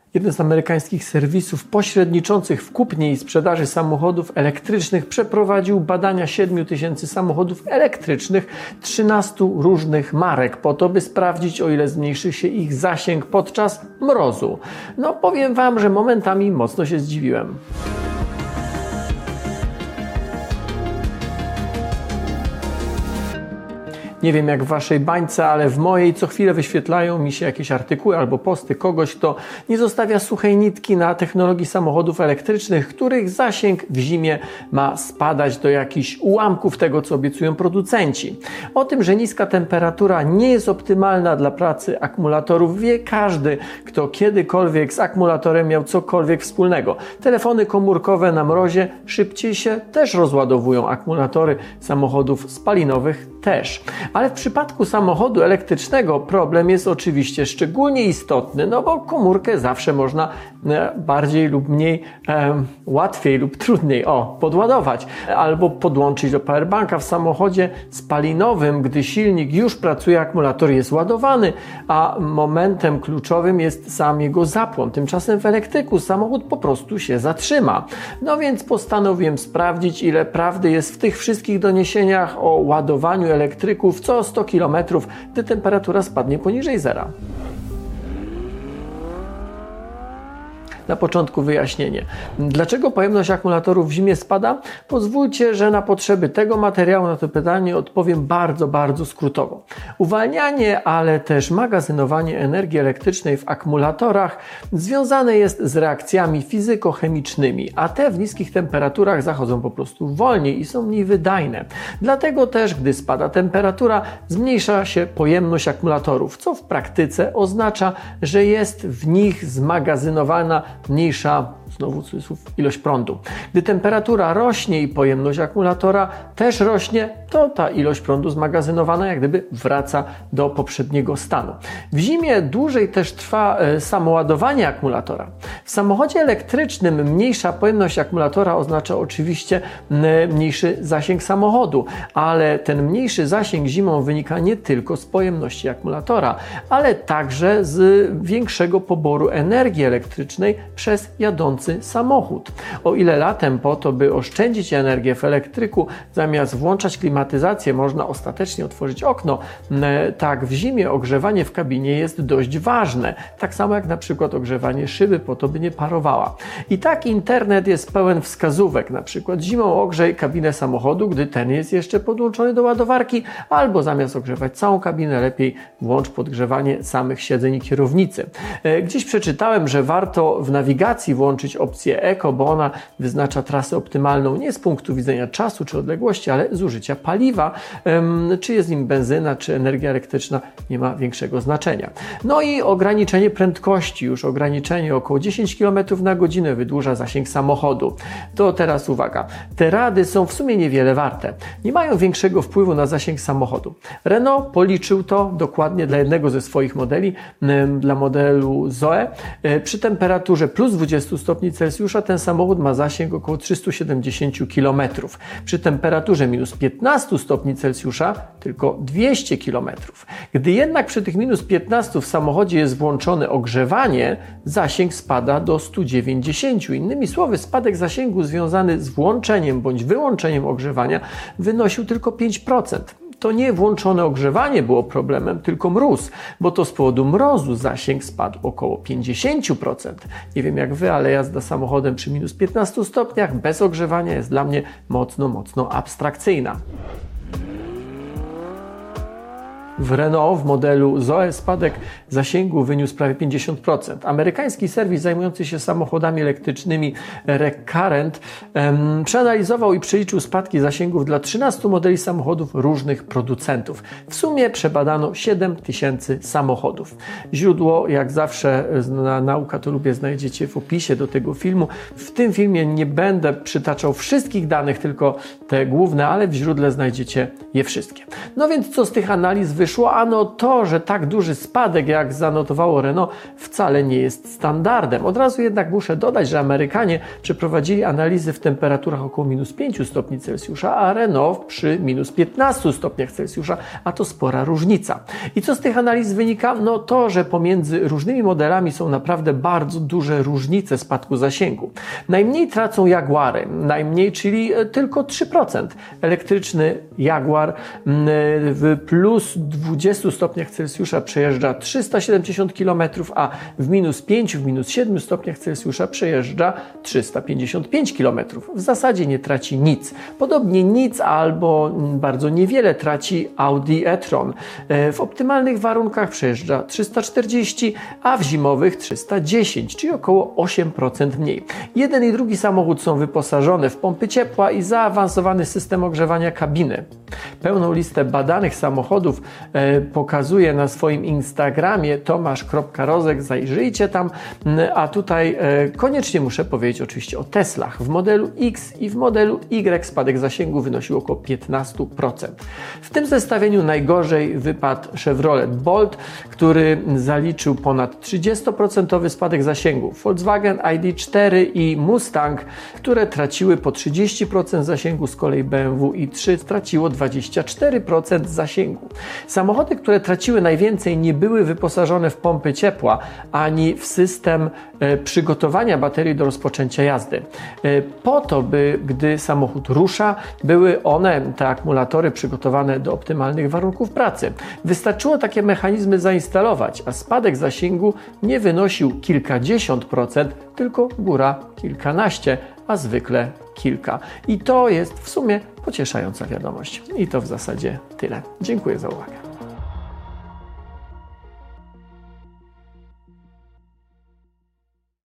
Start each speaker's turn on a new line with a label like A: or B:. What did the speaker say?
A: Jeden z amerykańskich serwisów pośredniczących w kupnie i sprzedaży samochodów elektrycznych przeprowadził badania 7000 samochodów elektrycznych 13 różnych marek po to, by sprawdzić, o ile zmniejszy się ich zasięg podczas mrozu. No powiem Wam, że momentami mocno się zdziwiłem. Nie wiem jak w Waszej bańce, ale w mojej co chwilę wyświetlają mi się jakieś artykuły albo posty kogoś, kto nie zostawia suchej nitki na technologii samochodów elektrycznych, których zasięg w zimie ma spadać do jakichś ułamków tego, co obiecują producenci. O tym, że niska temperatura nie jest optymalna dla pracy akumulatorów, wie każdy, kto kiedykolwiek z akumulatorem miał cokolwiek wspólnego. Telefony komórkowe na mrozie szybciej się też rozładowują, akumulatory samochodów spalinowych też. Ale w przypadku samochodu elektrycznego problem jest oczywiście szczególnie istotny, no bo komórkę zawsze można bardziej lub mniej, łatwiej lub trudniej podładować albo podłączyć do powerbanka. W samochodzie spalinowym, gdy silnik już pracuje, akumulator jest ładowany, a momentem kluczowym jest sam jego zapłon. Tymczasem w elektryku samochód po prostu się zatrzyma. No więc postanowiłem sprawdzić, ile prawdy jest w tych wszystkich doniesieniach o ładowaniu elektryków co 100 km, gdy temperatura spadnie poniżej zera. Na początku wyjaśnienie. Dlaczego pojemność akumulatorów w zimie spada? Pozwólcie, że na potrzeby tego materiału na to pytanie odpowiem bardzo skrótowo. Uwalnianie, ale też magazynowanie energii elektrycznej w akumulatorach związane jest z reakcjami fizykochemicznymi, a te w niskich temperaturach zachodzą po prostu wolniej i są mniej wydajne. Dlatego też, gdy spada temperatura, zmniejsza się pojemność akumulatorów, co w praktyce oznacza, że jest w nich zmagazynowana mniejsza, znowu cudzysłów, ilość prądu. Gdy temperatura rośnie i pojemność akumulatora też rośnie, to ta ilość prądu zmagazynowana jak gdyby wraca do poprzedniego stanu. W zimie dłużej też trwa samoładowanie akumulatora. W samochodzie elektrycznym mniejsza pojemność akumulatora oznacza oczywiście mniejszy zasięg samochodu, ale ten mniejszy zasięg zimą wynika nie tylko z pojemności akumulatora, ale także z większego poboru energii elektrycznej przez jadący samochód. O ile latem po to, by oszczędzić energię w elektryku, zamiast włączać klimatyzację można ostatecznie otworzyć okno, tak w zimie ogrzewanie w kabinie jest dość ważne. Tak samo jak na przykład ogrzewanie szyby po to, by nie parowała. I tak internet jest pełen wskazówek. Na przykład zimą ogrzej kabinę samochodu, gdy ten jest jeszcze podłączony do ładowarki, albo zamiast ogrzewać całą kabinę, lepiej włącz podgrzewanie samych siedzeń i kierownicy. Gdzieś przeczytałem, że warto w nawigacji włączyć opcję Eco, bo ona wyznacza trasę optymalną nie z punktu widzenia czasu czy odległości, ale zużycia paliwa. Czy jest nim benzyna, czy energia elektryczna, nie ma większego znaczenia. No i ograniczenie prędkości. Już ograniczenie około 10 km na godzinę wydłuża zasięg samochodu. To teraz uwaga. Te rady są w sumie niewiele warte. Nie mają większego wpływu na zasięg samochodu. Renault policzył to dokładnie dla jednego ze swoich modeli, dla modelu Zoe. Przy temperaturze plus 20 stopni Celsjusza ten samochód ma zasięg około 370 km. Przy temperaturze minus 15 stopni Celsjusza tylko 200 km. Gdy jednak przy tych minus 15 w samochodzie jest włączone ogrzewanie, zasięg spada do 190. Innymi słowy, spadek zasięgu związany z włączeniem bądź wyłączeniem ogrzewania wynosił tylko 5%. To nie włączone ogrzewanie było problemem, tylko mróz, bo to z powodu mrozu zasięg spadł około 50%. Nie wiem jak Wy, ale jazda samochodem przy minus 15 stopniach bez ogrzewania jest dla mnie mocno abstrakcyjna. W Renault w modelu Zoe spadek zasięgu wyniósł prawie 50%. Amerykański serwis zajmujący się samochodami elektrycznymi Recurrent przeanalizował i przeliczył spadki zasięgów dla 13 modeli samochodów różnych producentów. W sumie przebadano 7000 samochodów. Źródło, jak zawsze na Nauka to Lubię, znajdziecie w opisie do tego filmu. W tym filmie nie będę przytaczał wszystkich danych, tylko te główne, ale w źródle znajdziecie je wszystkie. No więc co z tych analiz wyszło? wyszło? Ano to, że tak duży spadek, jak zanotowało Renault, wcale nie jest standardem. Od razu jednak muszę dodać, że Amerykanie przeprowadzili analizy w temperaturach około -5 stopni Celsjusza, a Renault przy -15 stopniach Celsjusza, a to spora różnica. I co z tych analiz wynika? No to, że pomiędzy różnymi modelami są naprawdę bardzo duże różnice spadku zasięgu. Najmniej tracą Jaguary, najmniej, czyli tylko 3%. Elektryczny Jaguar w +20 stopniach Celsjusza przejeżdża 370 km, a w -5, w -7 stopniach Celsjusza przejeżdża 355 km. W zasadzie nie traci nic. Podobnie nic albo bardzo niewiele traci Audi e-tron. W optymalnych warunkach przejeżdża 340, a w zimowych 310, czyli około 8% mniej. Jeden i drugi samochód są wyposażone w pompy ciepła i zaawansowany system ogrzewania kabiny. Pełną listę badanych samochodów pokazuje na swoim Instagramie tomasz.rozek, zajrzyjcie tam, a tutaj koniecznie muszę powiedzieć oczywiście o Teslach. W modelu X i w modelu Y spadek zasięgu wynosił około 15%. W tym zestawieniu najgorzej wypadł Chevrolet Bolt, który zaliczył ponad 30% spadek zasięgu. Volkswagen ID4 i Mustang, które traciły po 30% zasięgu, z kolei BMW i3 straciło 24% zasięgu. Samochody, które traciły najwięcej, nie były wyposażone w pompy ciepła ani w system przygotowania baterii do rozpoczęcia jazdy. Po to, by gdy samochód rusza, były one, te akumulatory, przygotowane do optymalnych warunków pracy. Wystarczyło takie mechanizmy zainstalować, a spadek zasięgu nie wynosił kilkadziesiąt procent, tylko góra kilkanaście, a zwykle kilka. I to jest w sumie pocieszająca wiadomość. I to w zasadzie tyle. Dziękuję za uwagę.